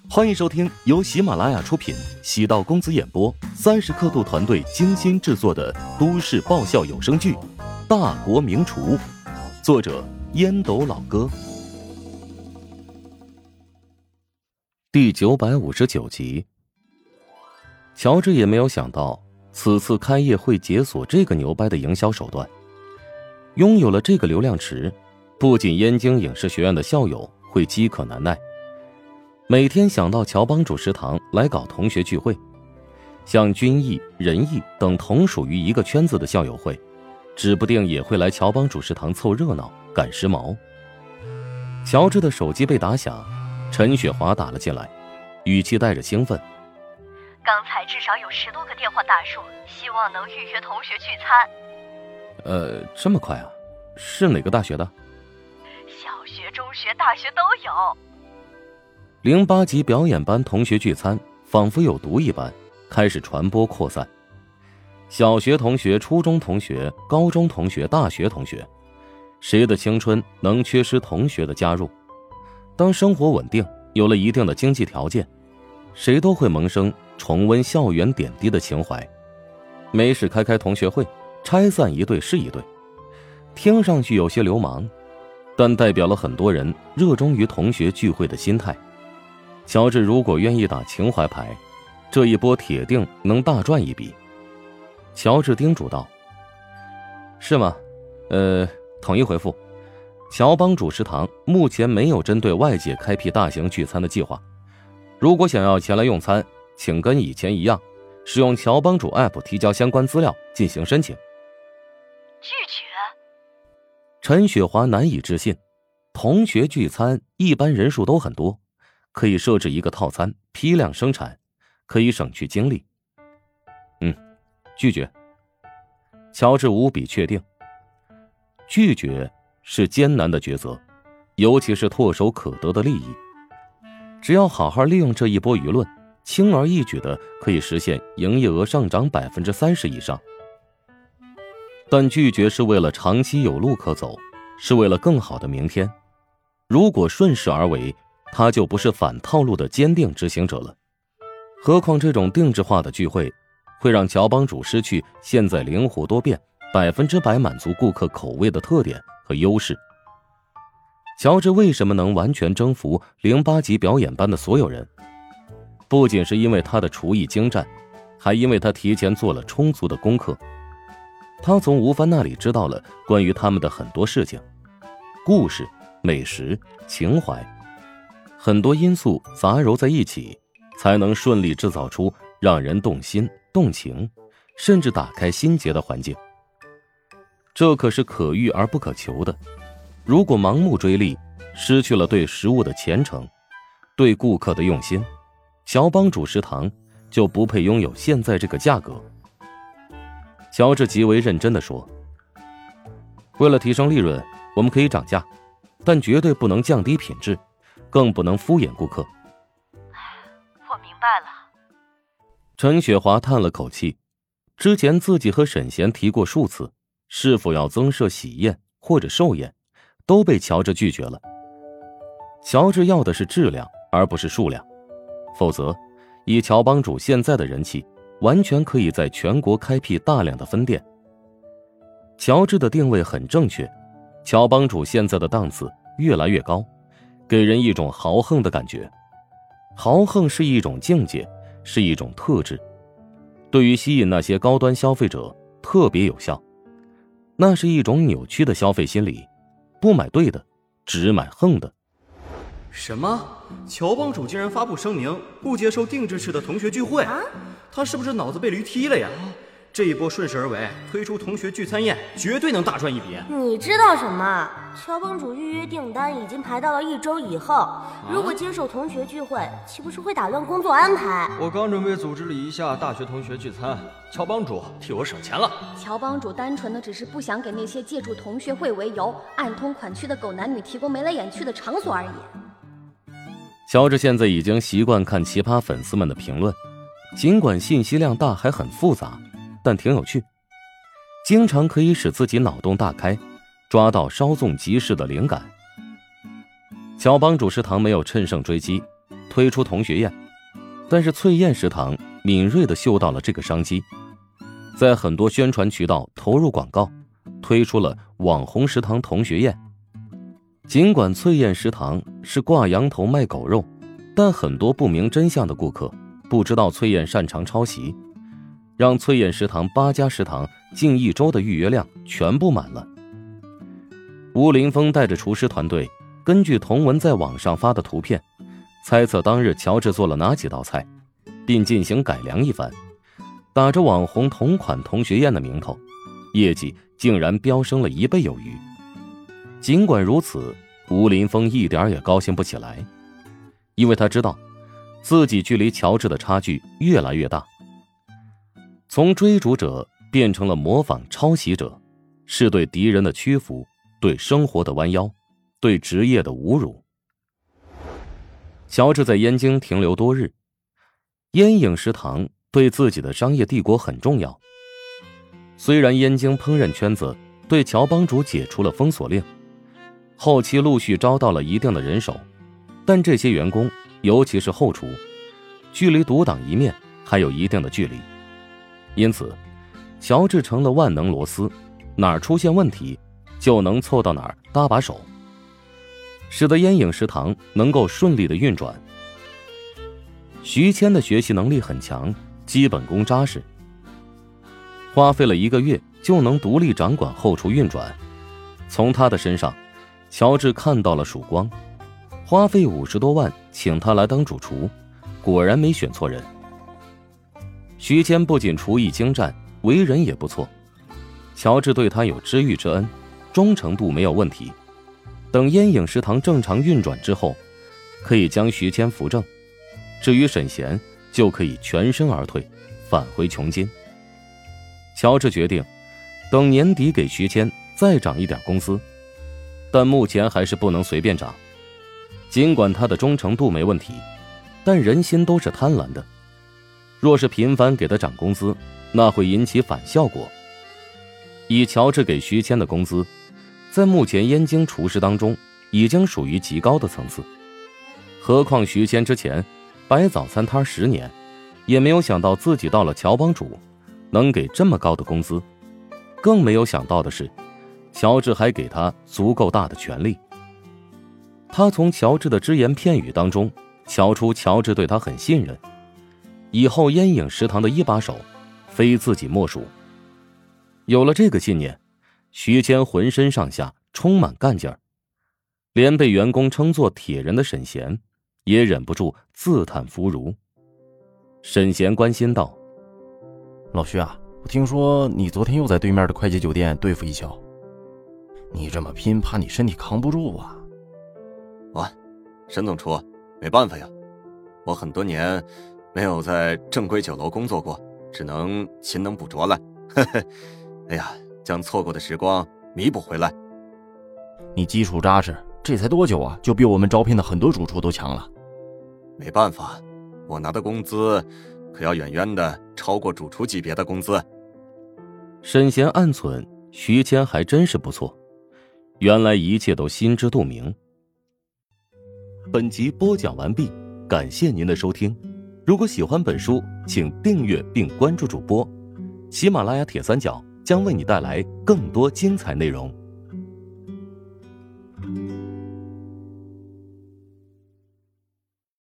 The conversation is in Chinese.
欢迎收听由喜马拉雅出品，喜道公子演播，30刻度团队精心制作的都市爆笑有声剧《大国名厨》，作者烟斗老哥。第959集。乔治也没有想到，此次开业会解锁这个牛掰的营销手段。拥有了这个流量池，不仅燕京影视学院的校友会饥渴难耐，每天想到乔帮主食堂来搞同学聚会，像军艺、仁义等同属于一个圈子的校友会，指不定也会来乔帮主食堂凑热闹、赶时髦。乔治的手机被打响，陈雪华打了进来，语气带着兴奋： 刚才至少有10多个电话打入，希望能预约同学聚餐。 这么快啊？是哪个大学的？ 小学、中学、大学都有。 08级表演班同学聚餐仿佛有毒一般，开始传播扩散。小学同学、初中同学、高中同学、大学同学，谁的青春能缺失同学的加入？当生活稳定，有了一定的经济条件，谁都会萌生重温校园点滴的情怀。没事开同学会，拆散一对是一对，听上去有些流氓，但代表了很多人热衷于同学聚会的心态。乔治如果愿意打情怀牌，这一波铁定能大赚一笔。乔治叮嘱道：是吗？统一回复，乔帮主食堂目前没有针对外界开辟大型聚餐的计划，如果想要前来用餐，请跟以前一样，使用乔帮主 App 提交相关资料进行申请。 拒绝？ 陈雪华难以置信，同学聚餐一般人数都很多，可以设置一个套餐，批量生产，可以省去精力。拒绝。乔治无比确定，拒绝是艰难的抉择，尤其是唾手可得的利益。只要好好利用这一波舆论，轻而易举的可以实现营业额上涨30%以上。但拒绝是为了长期有路可走，是为了更好的明天。如果顺势而为，他就不是反套路的坚定执行者了。何况这种定制化的聚会会让乔帮主失去现在灵活多变、100%满足顾客口味的特点和优势。乔治为什么能完全征服08级表演班的所有人？不仅是因为他的厨艺精湛，还因为他提前做了充足的功课。他从吴帆那里知道了关于他们的很多事情，故事、美食、情怀，很多因素杂糅在一起，才能顺利制造出让人动心、动情，甚至打开心结的环境。这可是可遇而不可求的。如果盲目追利，失去了对食物的虔诚，对顾客的用心，乔帮主食堂就不配拥有现在这个价格。乔治极为认真地说，为了提升利润，我们可以涨价，但绝对不能降低品质，更不能敷衍顾客。 我明白了。 陈雪华叹了口气，之前自己和沈贤提过数次，是否要增设喜宴或者寿宴，都被乔治拒绝了。乔治要的是质量，而不是数量，否则以乔帮主现在的人气，完全可以在全国开辟大量的分店。乔治的定位很正确，乔帮主现在的档次越来越高，给人一种豪横的感觉。豪横是一种境界，是一种特质，对于吸引那些高端消费者特别有效。那是一种扭曲的消费心理，不买对的，只买横的。 什么？乔帮主竟然发布声明，不接受定制式的同学聚会？他是不是脑子被驴踢了呀？这一波顺势而为，推出同学聚餐宴，绝对能大赚一笔。 你知道什么？乔帮主预约订单已经排到了1周以后，如果接受同学聚会，岂不是会打乱工作安排？ 我刚准备组织了一下大学同学聚餐，乔帮主替我省钱了。 乔帮主单纯的只是不想给那些借助同学会为由暗通款曲的狗男女提供眉来眼去的场所而已。 乔治现在已经习惯看奇葩粉丝们的评论，尽管信息量大还很复杂，但挺有趣，经常可以使自己脑洞大开，抓到稍纵即逝的灵感。乔帮主食堂没有趁胜追击， 推出同学宴，但是翠燕食堂敏锐地嗅到了这个商机，在很多宣传渠道投入广告，推出了网红食堂同学宴。尽管翠燕食堂是挂羊头卖狗肉，但很多不明真相的顾客不知道翠燕擅长抄袭，让翠燕食堂8家食堂近1周的预约量全部满了。吴林峰带着厨师团队，根据同文在网上发的图片，猜测当日乔治做了哪几道菜，并进行改良一番，打着网红同款同学宴的名头，业绩竟然飙升了1倍有余。尽管如此，吴林峰一点也高兴不起来，因为他知道自己距离乔治的差距越来越大，从追逐者变成了模仿抄袭者，是对敌人的屈服，对生活的弯腰，对职业的侮辱。乔治在燕京停留多日，燕影食堂对自己的商业帝国很重要。虽然燕京烹饪圈子对乔帮主解除了封锁令，后期陆续招到了一定的人手，但这些员工，尤其是后厨，距离独当一面还有一定的距离。因此，乔治成了万能螺丝，哪儿出现问题就能凑到哪儿搭把手，使得燕影食堂能够顺利的运转。徐谦的学习能力很强，基本功扎实，花费了1个月就能独立掌管后厨运转。从他的身上，乔治看到了曙光，花费50多万请他来当主厨，果然没选错人。徐谦不仅厨艺精湛，为人也不错，乔治对他有知遇之恩，忠诚度没有问题。等燕影食堂正常运转之后，可以将徐谦扶正，至于沈贤就可以全身而退，返回穷津。乔治决定等年底给徐谦再涨一点工资，但目前还是不能随便涨。尽管他的忠诚度没问题，但人心都是贪婪的，若是频繁给他涨工资，那会引起反效果。以乔治给徐谦的工资，在目前燕京厨师当中已经属于极高的层次，何况徐谦之前摆早餐摊10年，也没有想到自己到了乔帮主能给这么高的工资。更没有想到的是，乔治还给他足够大的权利。他从乔治的只言片语当中瞧出乔治对他很信任，以后燕影食堂的一把手非自己莫属。有了这个信念，徐谦浑身上下充满干劲儿，连被员工称作铁人的沈贤也忍不住自叹弗如。沈贤关心道： 老徐啊，我听说你昨天又在对面的快捷酒店对付一宿，你这么拼，怕你身体扛不住啊。 沈总厨，没办法呀，我很多年没有在正规酒楼工作过，只能勤能补拙了。哎呀，将错过的时光弥补回来。 你基础扎实，这才多久啊，就比我们招聘的很多主厨都强了。 没办法，我拿的工资可要远远的超过主厨级别的工资。 沈贤暗忖，徐谦还真是不错，原来一切都心知肚明。本集播讲完毕，感谢您的收听。如果喜欢本书，请订阅并关注主播。喜马拉雅铁三角将为你带来更多精彩内容。